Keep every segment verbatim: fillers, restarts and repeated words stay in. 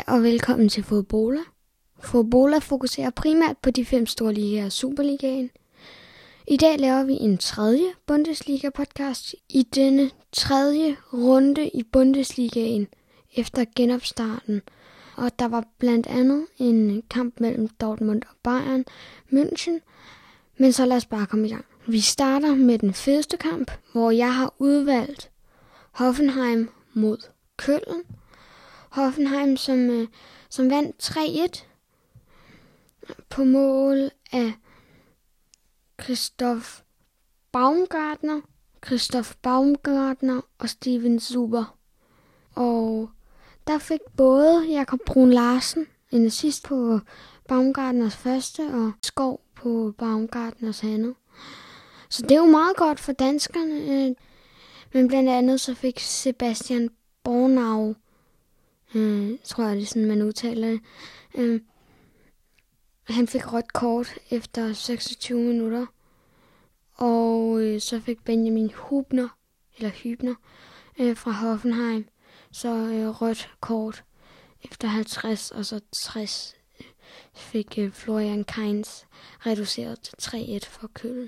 Hej og velkommen til Fodbola. Fodbola fokuserer primært på de fem store ligaer af Superligaen. I dag laver vi en tredje Bundesliga-podcast i denne tredje runde i Bundesligaen efter genopstarten. Og der var blandt andet en kamp mellem Dortmund og Bayern München. Men så lad os bare komme i gang. Vi starter med den fedeste kamp, hvor jeg har udvalgt Hoffenheim mod Köln. Hoffenheim, som, øh, som vandt tre et på mål af Christoph Baumgartner, Christoph Baumgartner og Steven Zuber. Og der fik både Jakob Brun Larsen en assist på Baumgartners første og Skov på Baumgartners andet. Så det er jo meget godt for danskerne. Men blandt andet så fik Sebastian Bornau, øh, tror jeg det er sådan man udtaler det, øh, han fik rødt kort efter seksogtyve minutter. Og øh, så fik Benjamin Hübner, eller Hübner, øh, fra Hoffenheim, så øh, rødt kort efter halvtreds, og så tres øh, fik øh, Florian Kainz reduceret til tre et for Köln.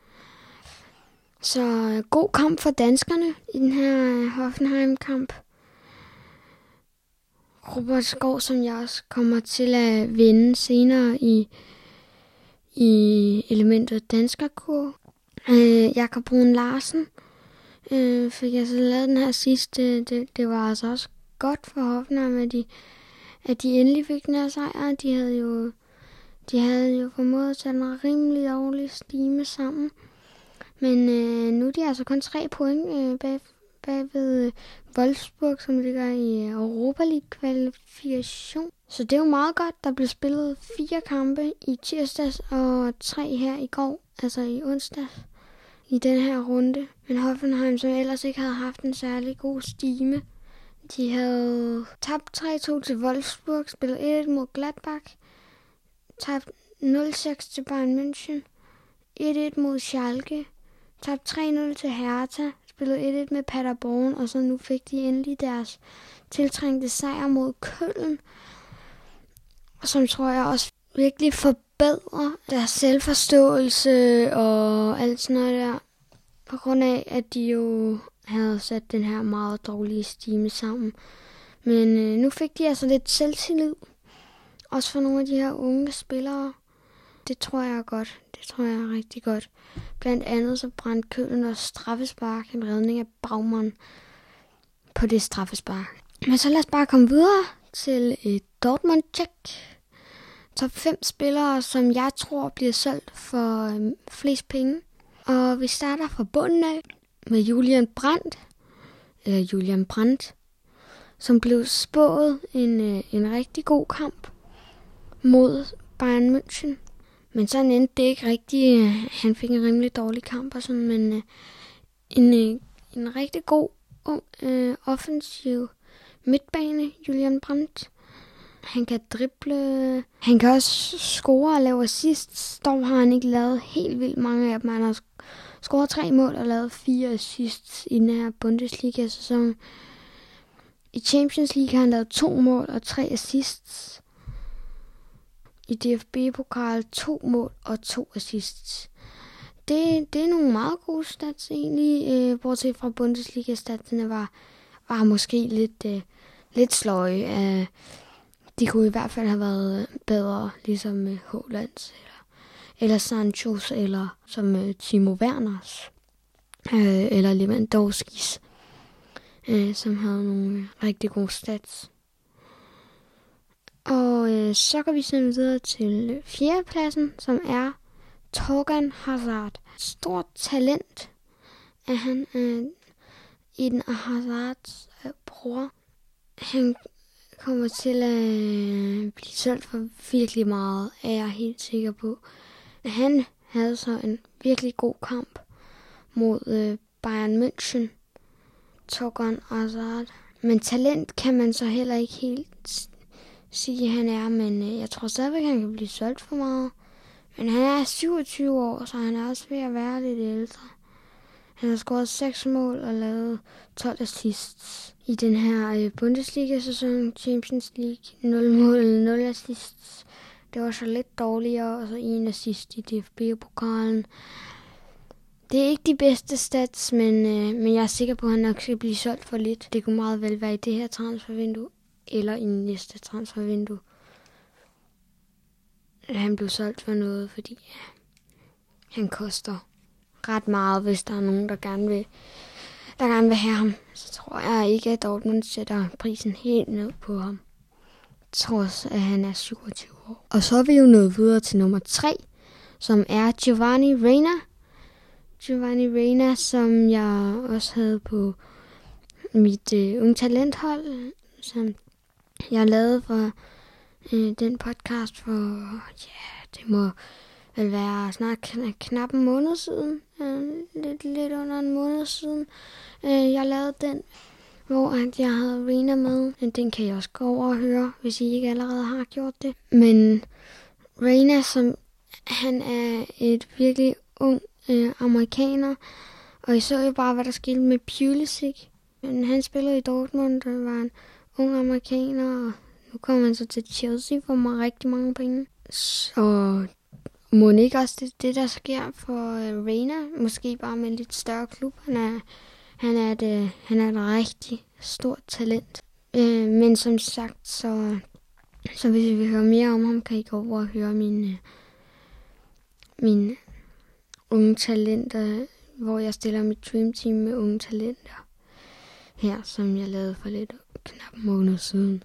Så øh, god kamp for danskerne i den her øh, Hoffenheim-kamp. Robert Skov, som jeg også kommer til at vinde senere i, i elementet danskerkur. Øh, Jakob Brun Larsen øh, fik jeg så lavet den her sidste. Det, det var altså også godt for Hoffenheim, at de, at de endelig fik den her sejr. De havde jo, de havde jo formået at tage en rimelig dårlig stime sammen. Men øh, nu er de altså kun tre point øh, bag, bag ved øh, Wolfsburg, som ligger i Europa League-kvalifikation. Så det er jo meget godt. Der blev spillet fire kampe i tirsdags og tre her i går, altså i onsdag, i den her runde. Men Hoffenheim, som ellers ikke havde haft en særlig god stime, de havde tabt tre to til Wolfsburg, spillet et et mod Gladbach, tabt nul seks til Bayern München, et et mod Schalke, tabt tre nul til Hertha, spillet et et med Paderborn, og så nu fik de endelig deres tiltrængte sejr mod Köln, som tror jeg også virkelig forbedrer deres selvforståelse og alt sådan noget der, på grund af, at de jo havde sat den her meget dårlige stime sammen. Men øh, nu fik de altså lidt selvtillid, også for nogle af de her unge spillere. Det tror jeg er godt. Det tror jeg er rigtig godt. Blandt andet så brændte Köln og straffespark, en redning af Baumann på det straffespark. Men så lad os bare komme videre til et Dortmund-check. Top fem spillere, som jeg tror bliver solgt for øhm, flest penge. Og vi starter fra bunden af med Julian Brandt, eller Julian Brandt, som blev spået en, øh, en rigtig god kamp mod Bayern München. Men sådan endte det ikke rigtigt. Han fik en rimelig dårlig kamp og sådan, men øh, en, øh, en rigtig god øh, offensiv midtbane, Julian Brandt. Han kan drible, han kan også score og lave assists. Dog har han ikke lavet helt vildt mange af dem. Han har scoret tre mål og lavet fire assists i den her Bundesliga-sæson. I Champions League har han lavet to mål og tre assists. I D F B-pokal to mål og to assists. Det, det er nogle meget gode stats egentlig, øh, bortset fra Bundesliga-statsene var, var måske lidt, øh, lidt sløje. Øh, de kunne i hvert fald have været bedre, ligesom med Haalands eller, eller Sanchos, eller som øh, Timo Werners, øh, eller Lewandowskis, øh, som havde nogle rigtig gode stats. Og øh, så går vi så videre til fjerdepladsen, som er Torgan Hazard. Stort talent er han, øh, Eden Hazards øh, bror. Han kommer til at øh, blive solgt for virkelig meget, er jeg helt sikker på. Han havde så en virkelig god kamp mod øh, Bayern München, Torgan Hazard. Men talent kan man så heller ikke helt sige, han er, men øh, jeg tror stadigvæk, han kan blive solgt for meget. Men han er syvogtyve år, så han er også ved at være lidt ældre. Han har scoret seks mål og lavet tolv assists. I den her Bundesliga-sæson, Champions League, nul mål, nul assists. Det var så lidt dårligere, og så en assist i D F B-pokalen. Det er ikke de bedste stats, men, øh, men jeg er sikker på, at han nok skal blive solgt for lidt. Det kunne meget vel være i det her transfervindue, eller i næste transfervindue. Han blev solgt for noget, fordi ja, han koster ret meget, hvis der er nogen, der gerne vil, der gerne vil have ham. Så tror jeg ikke, at Dortmund sætter prisen helt ned på ham, trods at han er syvogtyve år. Og så er vi jo nået videre til nummer tre, som er Giovanni Reyna. Giovanni Reyna, som jeg også havde på mit øh, unge talenthold, som jeg lavede for øh, den podcast for, ja, det må vel være snart kn- knap en måned siden, øh, lidt, lidt under en måned siden, øh, jeg lavede den, hvor at jeg havde Reyna med. Den kan jeg også gå over og høre, hvis I ikke allerede har gjort det. Men Reyna, som han er et virkelig ung øh, amerikaner, og I så jo bare, hvad der skete med Pulisic. Men han spillede i Dortmund, og var en ung amerikaner, og nu kommer han så til Chelsea for mig rigtig mange penge. Så må ikke også det, det der sker for øh, Reyna, måske bare med en lidt større klub. Han er, han er, et, øh, han er et rigtig stort talent. Øh, men som sagt, så, så hvis I vil høre mere om ham, kan I gå over og høre mine, mine unge talenter, hvor jeg stiller mit Dream Team med unge talenter her, som jeg lavede for lidt knap en måned siden.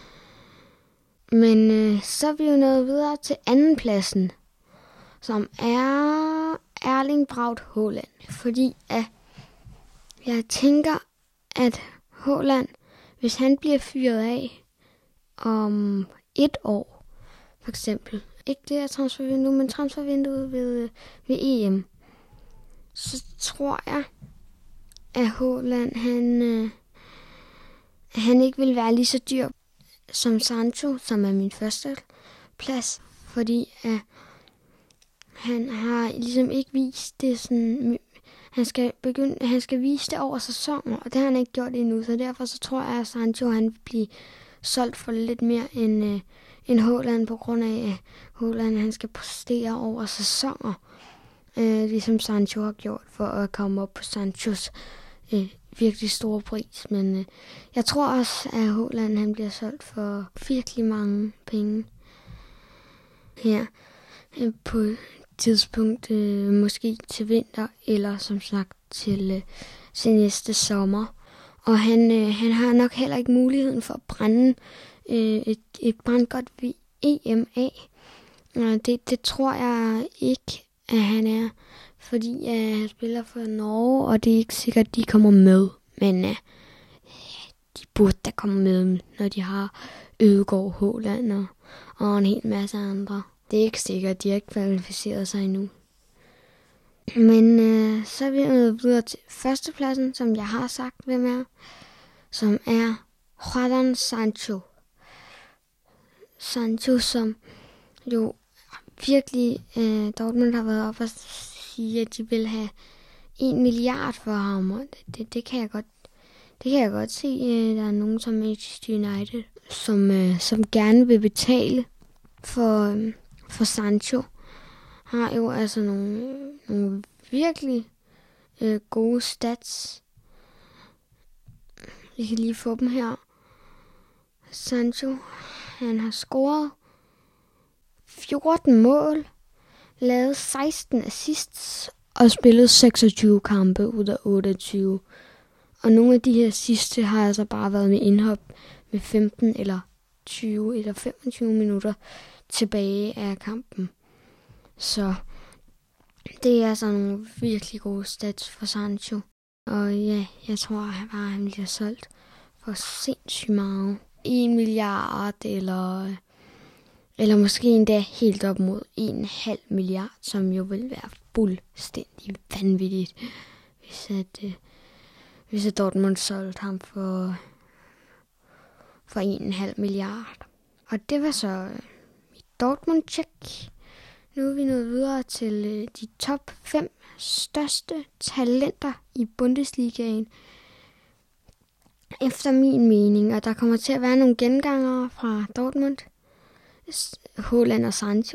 Men øh, så er vi jo nået videre til anden pladsen, som er Erling Braut Haaland. Fordi at jeg tænker, at Haaland, hvis han bliver fyret af om et år, for eksempel, ikke det her transfervindue, men transfervinduet ved, ved E M, så tror jeg, at Haaland, han, øh, han ikke vil være lige så dyr som Sancho, som er min første plads, fordi at han har ligesom ikke vist det sådan, han skal begynde, han skal vise det over sæsoner, og det har han ikke gjort endnu, så derfor så tror jeg, at Sancho han vil blive solgt for lidt mere end, øh, end Haaland, på grund af, at Haaland han skal præstere over sæsoner, øh, ligesom Sancho har gjort, for at komme op på Sanchos øh, virkelig store pris. Men øh, jeg tror også, at Haaland han bliver solgt for virkelig mange penge her øh, på et tidspunkt, øh, måske til vinter, eller som sagt til, øh, til næste sommer. Og han, øh, han har nok heller ikke muligheden for at brænde øh, et, et brandgodt E M af. Det, det tror jeg ikke, at han er, fordi øh, han spiller for Norge, og det er ikke sikkert, at de kommer med. Men øh, de burde da komme med, når de har Ødegaard, Haaland og, og en hel masse andre. Det er ikke sikkert, de har ikke kvalificeret sig endnu. Men øh, så er vi nået videre til førstepladsen, som jeg har sagt, hvem er, som er Jadon Sancho. Sancho, som jo virkelig, øh, Dortmund har været op og sige, at de vil have en milliard for ham, og det, det, det kan jeg godt, det kan jeg godt se, øh, der er nogen som Manchester United, som, øh, som gerne vil betale for, øh, for Sancho. Har jo altså nogle, nogle virkelig øh, gode stats. Vi kan lige få dem her. Sancho, han har scoret fjorten mål, lavet seksten assists og spillet seksogtyve kampe ud af otteogtyve. Og nogle af de her sidste har altså bare været med indhop med femten eller tyve eller femogtyve minutter tilbage af kampen. Så det er altså nogle virkelig gode stats for Sancho. Og ja, jeg tror bare, at han bliver solgt for sindssygt meget. En milliard eller, eller måske endda helt op mod en halv milliard, som jo vil være fuldstændig vanvittigt, hvis at, øh, hvis at Dortmund solgte ham for, for en halv milliard. Og det var så mit Dortmund-check. Nu er vi nået videre til øh, de top fem største talenter i Bundesligaen. Efter min mening, og der kommer til at være nogle gengangere fra Dortmund. Haaland og Sancho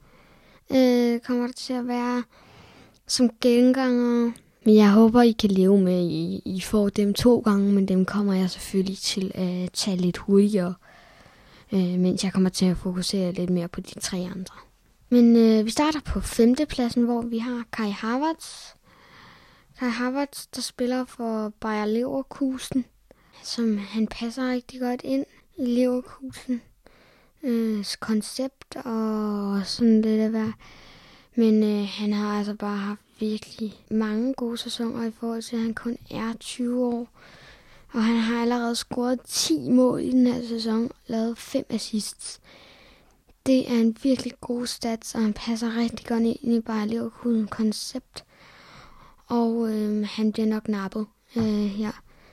øh, kommer der til at være som gengangere. Men jeg håber, I kan leve med, at I, I får dem to gange, men dem kommer jeg selvfølgelig til at tage lidt hurtigere, øh, mens jeg kommer til at fokusere lidt mere på de tre andre. Men øh, vi starter på femtepladsen, hvor vi har Kai Havertz. Kai Havertz, der spiller for Bayer Leverkusen, som han passer rigtig godt ind i Leverkusen. Øh, koncept og sådan lidt af hvad. Men øh, han har altså bare haft virkelig mange gode sæsoner i forhold til, at han kun er tyve år. Og han har allerede scoret ti mål i den her sæson og lavet fem assists. Det er en virkelig god stats, og han passer rigtig godt ind i Bayer Leverkusen koncept. Og øh, han bliver nok nappet øh, her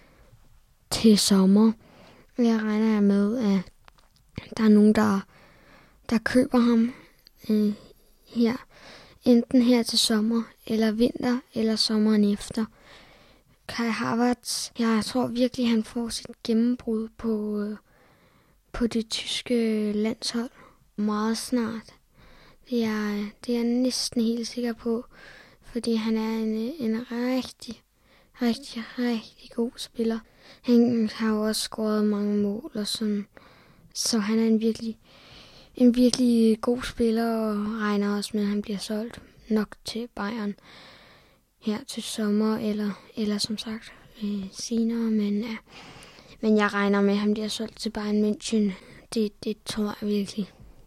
til sommer. Jeg regner med, at der er nogen, der, der køber ham øh, her. Enten her til sommer, eller vinter, eller sommeren efter. Kai Havertz, jeg tror virkelig, han får sit gennembrud på, øh, på det tyske landshold meget snart. Det er, det er jeg næsten helt sikker på, fordi han er en, en rigtig, rigtig, rigtig god spiller. Han har jo også scoret mange mål og sådan, så han er en virkelig, en virkelig god spiller og regner også med, at han bliver solgt nok til Bayern her til sommer, eller, eller som sagt øh, senere, men, ja. men jeg regner med, at han bliver solgt til Bayern München. Det, det tror jeg virkelig.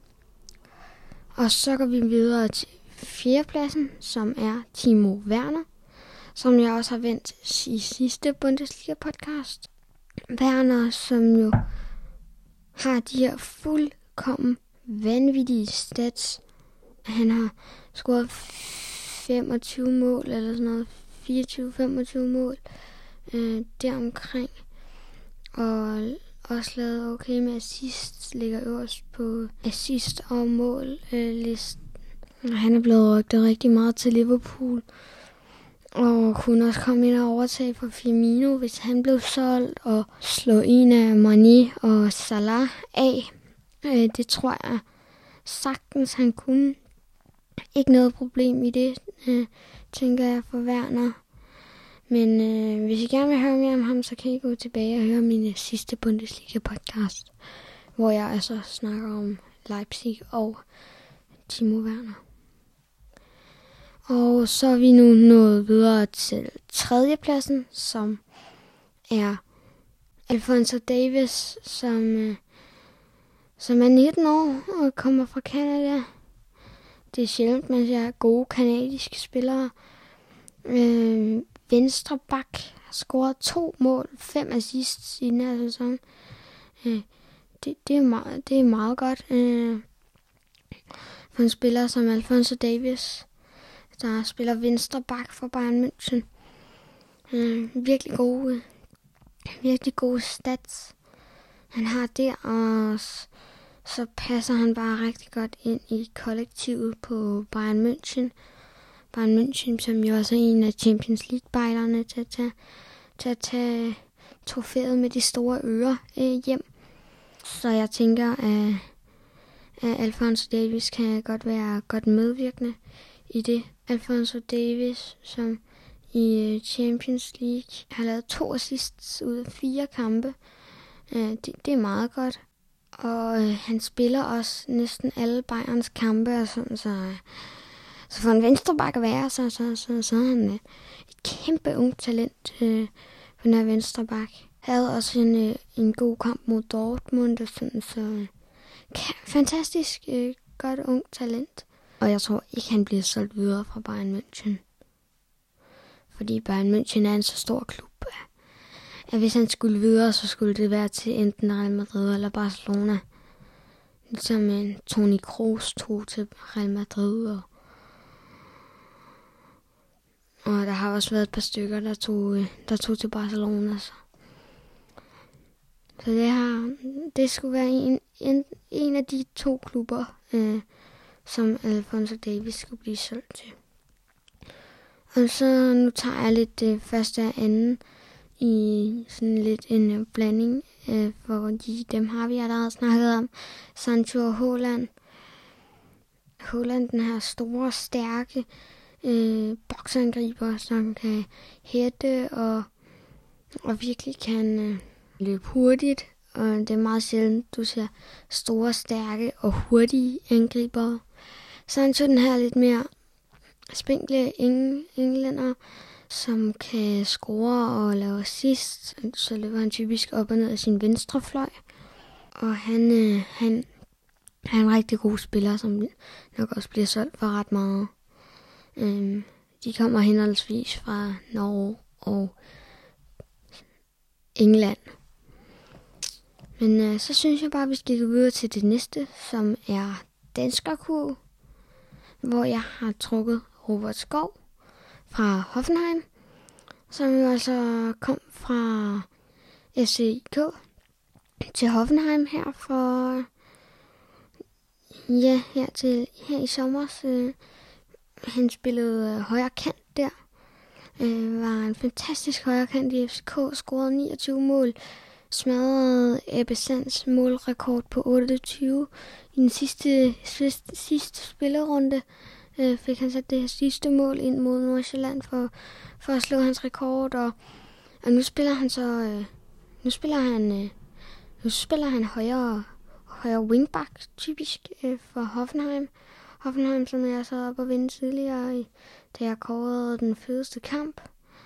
Og så går vi videre til fjerdepladsen, som er Timo Werner, som jeg også har vendt i sidste Bundesliga-podcast. Werner, som jo har de her fuldkommen vanvittige stats. Han har scoret femogtyve mål, eller sådan noget, fireogtyve femogtyve mål øh, deromkring. Og også lavet okay med assist, ligger øverst på assist og mål øh, listen. Han er blevet rygtet rigtig meget til Liverpool, og kunne også komme ind og overtage for Firmino, hvis han blev solgt, og slå en af Mané og Salah af. Øh, det tror jeg sagtens han kunne. Ikke noget problem i det, øh, tænker jeg for Werner. Men øh, hvis I gerne vil høre mere om ham, så kan I gå tilbage og høre min sidste Bundesliga-podcast, hvor jeg altså snakker om Leipzig og Timo Werner. Og så er vi nu nået videre til tredjepladsen, som er Alphonso Davies, som, øh, som er nitten år og kommer fra Canada. Det er sjældent, man ser gode kanadiske spillere. Øh, venstre bak har scoret to mål, fem assists i den her sæson. Øh, det, det, er meget, det er meget godt øh, for en spiller som Alphonso Davies, der spiller venstre bak for Bayern München. Øh, virkelig gode, virkelig gode stats. Han har der, og så passer han bare rigtig godt ind i kollektivet på Bayern München. Bayern München, som jo også er en af Champions League-bejlerne til at tage, til at tage trofæet med de store ører øh, hjem. Så jeg tænker, at, at Alphonso Davies kan godt være godt medvirkende i det. Alphonso Davies, som i Champions League har lavet to assists ud af fire kampe. Øh, det, det er meget godt. Og øh, han spiller også næsten alle Bayerns kampe og sådan, så... Så for en venstreback at være, så, så, så, så er han øh, et kæmpe ungt talent øh, på den her venstreback. Havde også en, øh, en god kamp mod Dortmund og sådan, så øh, fantastisk øh, godt ungt talent. Og jeg tror ikke, han bliver solgt videre fra Bayern München. Fordi Bayern München er en så stor klub, at hvis han skulle videre, så skulle det være til enten Real Madrid eller Barcelona. Ligesom en Toni Kroos tog til Real Madrid og Og der har også været et par stykker, der tog, der tog til Barcelona. Så, så det, har, det skulle være en, en, en af de to klubber øh, som Alphonso Davies skulle blive solgt til. Og så nu tager jeg lidt det første og anden i sådan lidt en uh, blanding, uh, fordi dem har vi allerede snakket om. Sancho og Haaland. Haaland, den her store, stærke uh, boksangriber, som kan hætte og, og virkelig kan uh, løbe hurtigt. Og det er meget sjældent, du ser store, stærke og hurtige angriber. Sancho, den her lidt mere spinkle englænder, som kan score og lave assist, så løber han typisk op og ned af sin venstre fløj. Og han, øh, han, han er en rigtig god spiller, som nok også bliver solgt for ret meget. Øhm, de kommer henholdsvis fra Norge og England. Men øh, så synes jeg bare, at vi skal gå videre til det næste, som er danskerkurv, hvor jeg har trukket Robert Skov fra Hoffenheim, som jo altså kom fra F C I K til Hoffenheim her for ja, her til her i sommer. Så han spillede højre kant der. Øh, var en fantastisk højre kant i F C K, scorede niogtyve mål, smadrede Ebbe Sands målrekord på otteogtyve i den sidste, sidste, sidste spillerunde. Øh, fik han sat det her sidste mål ind mod Nordsjælland for, for at slå hans rekord, og, og nu spiller han så øh, nu spiller han øh, nu spiller han højre højre wingback typisk øh, for Hoffenheim. Hoffenheim, som jeg så op og vinde tidligere, i, da jeg kårede den fedeste kamp.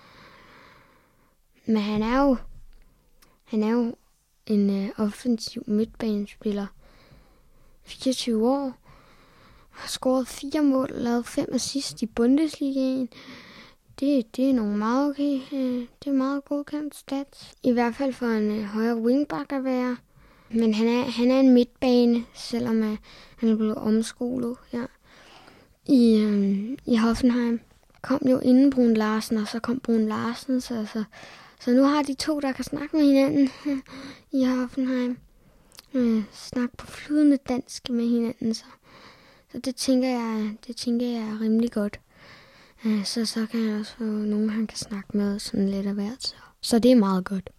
Men han er jo han er jo en øh, offensiv midtbanespiller. fireogtyve år. Har scoret fire mål, lavet fem assist i Bundesligaen. Det, det er nogle meget okay. Det er meget godkendt stats. I hvert fald for en uh, højre wingback at være. Men han er, han er en midtbane, selvom uh, han er blevet omskolet her. I, um, I Hoffenheim kom jo inden Brun Larsen, og så kom Brun Larsen. Så, så, så nu har de to, der kan snakke med hinanden i Hoffenheim. Uh, snakke på flydende dansk med hinanden, så. Så det tænker jeg, det tænker jeg er rimelig godt. Uh, så så kan jeg også få nogen, han kan snakke med sådan lidt af hvert. Så, så det er meget godt.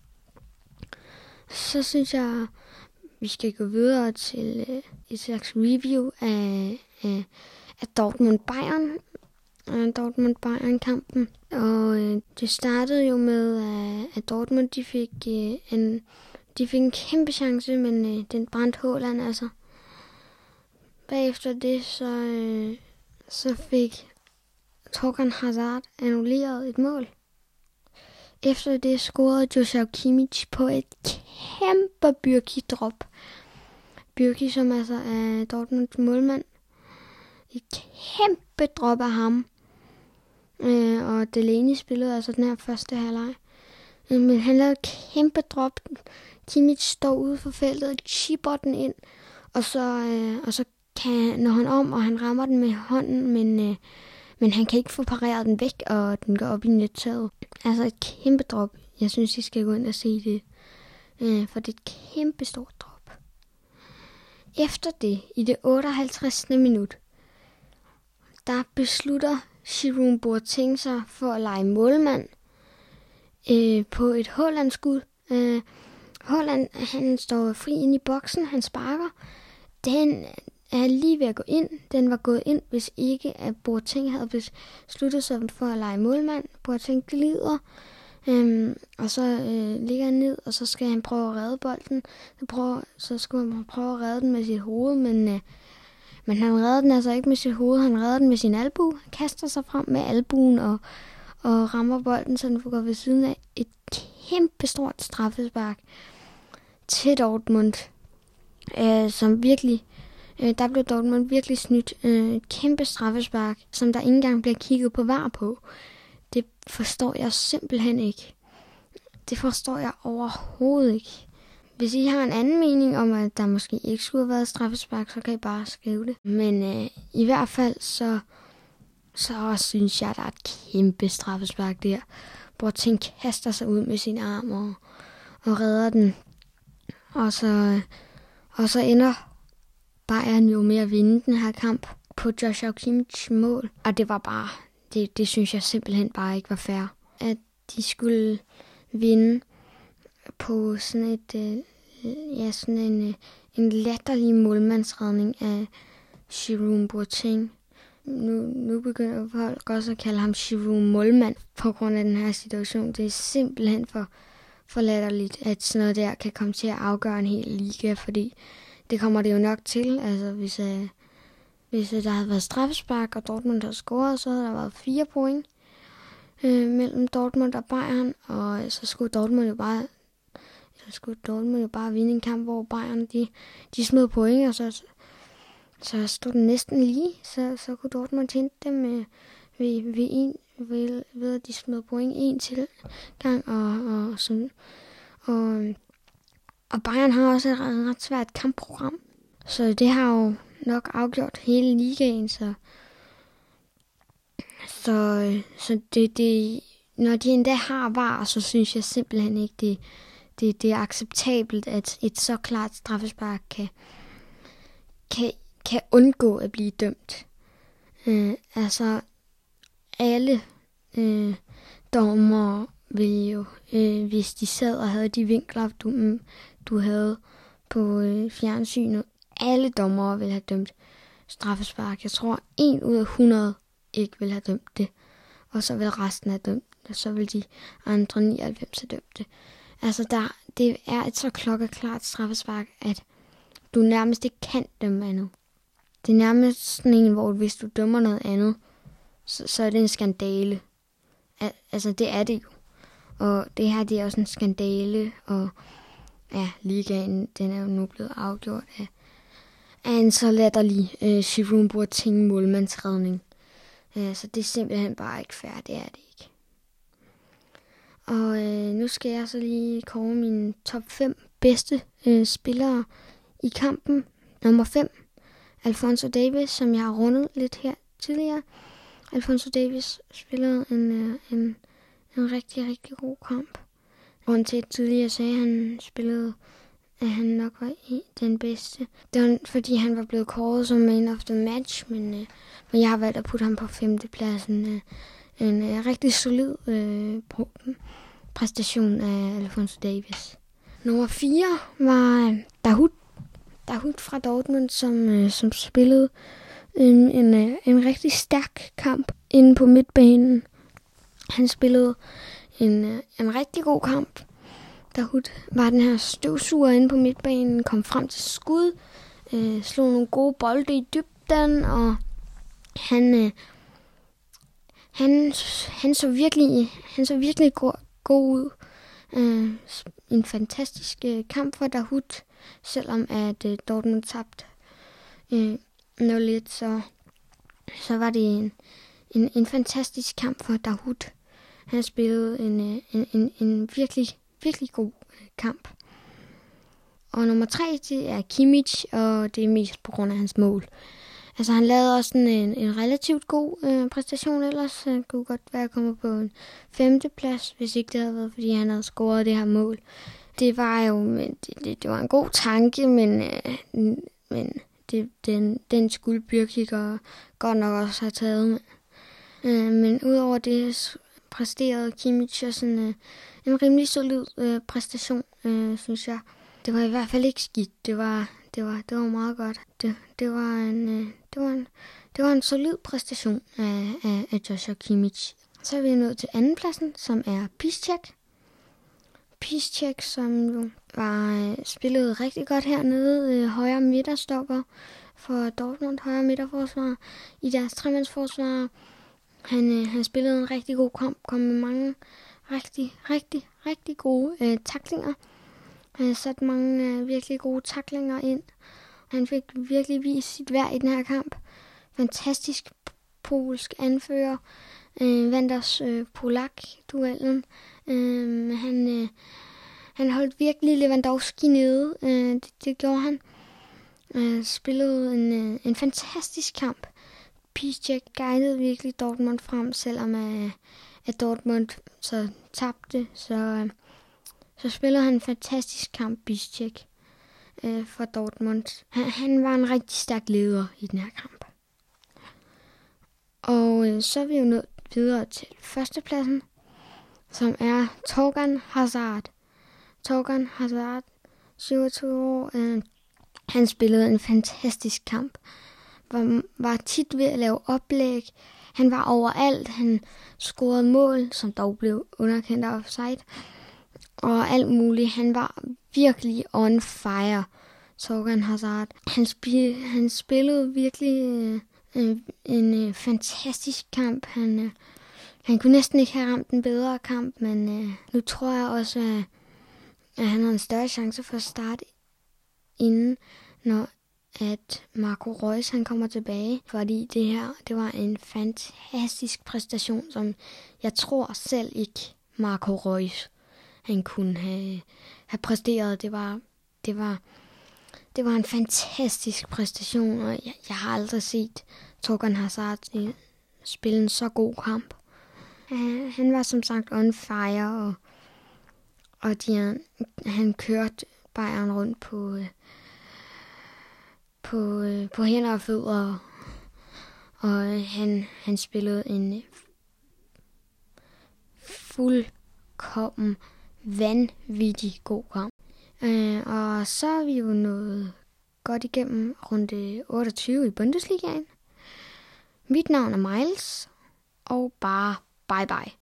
Så synes jeg, vi skal gå videre til uh, et slags review af, af, af Dortmund-Bayern. Uh, Dortmund-Bayern-kampen. Og uh, det startede jo med, uh, at Dortmund de fik, uh, en, de fik en kæmpe chance, men uh, den brændte Haaland altså. Bagefter det, så, øh, så fik Torgan Hazard annulleret et mål. Efter det scorede Joshua Kimmich på et kæmpe Bürki-drop. Bürki, som altså er Dortmunds målmand. Et kæmpe drop af ham. Øh, og Delaney spillede altså den her første halvleg. Øh, men han lavede et kæmpe drop. Kimmich står ude for feltet og chipper den ind. Og så, øh, og så kan, når han om, og han rammer den med hånden, men, øh, men han kan ikke få pareret den væk, og den går op i nettaget. Altså et kæmpe drop. Jeg synes, I skal gå ind og se det, øh, for det er et kæmpe stort drop. Efter det, i det otteoghalvtredsende minut, der beslutter Jerome Boateng sig for at lege målmand øh, på et Haaland-skud. Øh, Haaland, han står fri ind i boksen, han sparker. Den er lige ved at gå ind. Den var gået ind, hvis ikke at Boateng havde besluttet sig for at lege målmand. Boateng glider, øhm, og så øh, ligger han ned, og så skal han prøve at redde bolden. Så, prøver, så skulle han prøve at redde den med sit hoved, men, øh, men han redder den altså ikke med sit hoved. Han redder den med sin albue. Han kaster sig frem med albuen og, og rammer bolden, så den får gå ved siden af et kæmpe stort straffespark til Dortmund, øh, som virkelig Øh, der blev Dortmund virkelig snydt. Øh, et kæmpe straffespark, som der ikke engang bliver kigget på V A R på. Det forstår jeg simpelthen ikke. Det forstår jeg overhovedet ikke. Hvis I har en anden mening om, at der måske ikke skulle have været straffespark, så kan I bare skrive det. Men øh, i hvert fald, så, så synes jeg, der er et kæmpe straffespark der. Boateng kaster sig ud med sin arm og, og redder den. Og så, og så ender Bayern jo med at vinde den her kamp på Joshua Kimmich mål. Og det var bare, det, det synes jeg simpelthen bare ikke var fair. At de skulle vinde på sådan et, øh, ja, sådan en, øh, en latterlig målmandsredning af Jerome Boateng. Nu, nu begynder folk også at kalde ham Jerome Målmand på grund af den her situation. Det er simpelthen for, for latterligt, at sådan noget der kan komme til at afgøre en hel liga, fordi det kommer det jo nok til. Altså, hvis, øh, hvis øh, der havde været straffespark, og Dortmund havde scoret, så havde der været fire point øh, mellem Dortmund og Bayern, og så skulle Dortmund jo bare, så skulle Dortmund jo bare vinde en kamp, hvor Bayern de, de smed point, og så, så stod den næsten lige, så, så kunne Dortmund hente dem med, ved, ved, en, ved, ved, at de smed point en til gang, og, og, sådan, og, og Bayern har også et ret svært kampprogram, så det har jo nok afgjort hele ligaen, så Så, så det, det, når de endda har var, så synes jeg simpelthen ikke, det, det, det er acceptabelt, at et så klart straffespark kan, kan, kan undgå at blive dømt. Øh, altså, alle øh, dommer vil jo, øh, hvis de sad og havde de vinkler, du, du havde på øh, fjernsynet, alle dommer vil have dømt straffespark. Jeg tror, en ud af hundrede ikke vil have dømt det, og så vil resten have dømt det, så vil de andre nioghalvfems have dømt det. Altså, der, det er et så klokkeklart straffespark, at du nærmest ikke kan dømme andet. Det er nærmest sådan en, hvor hvis du dømmer noget andet, så, så er det en skandale. Al- altså, det er det jo. Og det her, det er også en skandale, og ja, ligaen, den er jo nu blevet afgjort af, af en så latterlig øh, Jerome Boateng målmandsredning. Ja, så det er simpelthen bare ikke fair, det er det ikke. Og øh, nu skal jeg så lige kåre mine top fem bedste øh, spillere i kampen. Nummer fem, Alphonso Davies, som jeg har rundet lidt her tidligere. Alphonso Davies spillede en, øh, en, en rigtig, rigtig god kamp. Grunden til, at tidligere sagde, at han spillede, at han nok var i den bedste. Det var fordi, han var blevet kåret som man of the match, men, øh, men jeg har valgt at putte ham på femtepladsen. Øh, en øh, rigtig solid øh, præstation af Alphonso Davies. Nummer fire var øh, Dahoud. Dahoud fra Dortmund, som, øh, som spillede en, en, øh, en rigtig stærk kamp inde på midtbanen. Han spillede en, øh, en rigtig god kamp. Dahoud var den her støvsuger inde på midtbanen, kom frem til skud, øh, slog nogle gode bolde i dybden, og han, øh, han, han så virkelig, han så virkelig god, god ud. Øh, en fantastisk øh, kamp for Dahoud, selvom at øh, Dortmund tabte øh, nul et, så, så var det en, en, en fantastisk kamp for Dahoud. Han spillede en, en, en, en virkelig, virkelig god kamp. Og nummer tre, det er Kimmich, og det er mest på grund af hans mål. Altså, han lavede også en, en relativt god øh, præstation ellers. Han kunne godt være kommet på en femteplads, hvis ikke det havde været, fordi han havde scoret det her mål. Det var jo det, det, det var en god tanke, men, øh, men det, den, den skulle Bürki godt nok også have taget med. Øh, men udover det præsterede Kimmich også en, øh, en rimelig solid øh, præstation, øh, synes jeg. Det var i hvert fald ikke skidt. Det var, det var, det var meget godt. Det, det, var en, øh, det, var en, det var en solid præstation af, af, af Joshua Kimmich. Så er vi nået til andenpladsen, som er Piszczek. Piszczek, som jo var øh, spillet rigtig godt hernede, øh, højre midterstopper for Dortmund, højre midterforsvar i deres tremandsforsvar. Han, øh, han spillede en rigtig god kamp, kom med mange rigtig, rigtig, rigtig gode øh, tacklinger. Han har sat mange øh, virkelig gode tacklinger ind. Han fik virkelig vist sit værd i den her kamp. Fantastisk polsk anfører. Øh, vandt også øh, Polak-duellen. Øh, han, øh, han holdt virkelig Lewandowski nede. Øh, det, det gjorde han. Øh, spillede en, øh, en fantastisk kamp. Piszczek guidede virkelig Dortmund frem, selvom øh, at Dortmund så tabte. Så, øh, så spillede han en fantastisk kamp, Piszczek, øh, for Dortmund. Han, han var en rigtig stærk leder i den her kamp. Og øh, så er vi jo nået videre til førstepladsen, som er Torgan Hazard. Torgan Hazard, syvogtyve år. Øh, han spillede en fantastisk kamp. Var, var tit ved at lave oplæg. Han var overalt. Han scorede mål, som dog blev underkendt af offside. Og alt muligt. Han var virkelig on fire, Torgan Hazard. Han, spil, han spillede virkelig øh, en, en øh, fantastisk kamp. Han, øh, han kunne næsten ikke have ramt en bedre kamp, men øh, nu tror jeg også, at, at han har en større chance for at starte inden, når at Marco Reus han kommer tilbage, fordi det her, det var en fantastisk præstation, som jeg tror selv ikke Marco Reus han kunne have, have præsteret. Det var, det var, det var en fantastisk præstation, og jeg, jeg har aldrig set Torgan Hazard spille en så god kamp. Uh, han var som sagt on fire, og, og de, han kørte Bayern rundt på, uh, på, uh, på hænder og fødder, og uh, han, han spillede en fuldkommen vanvittig god kamp. Uh, og så er vi jo nået godt igennem runde otteogtyve i Bundesligaen. Mit navn er Miles, og bare bye bye.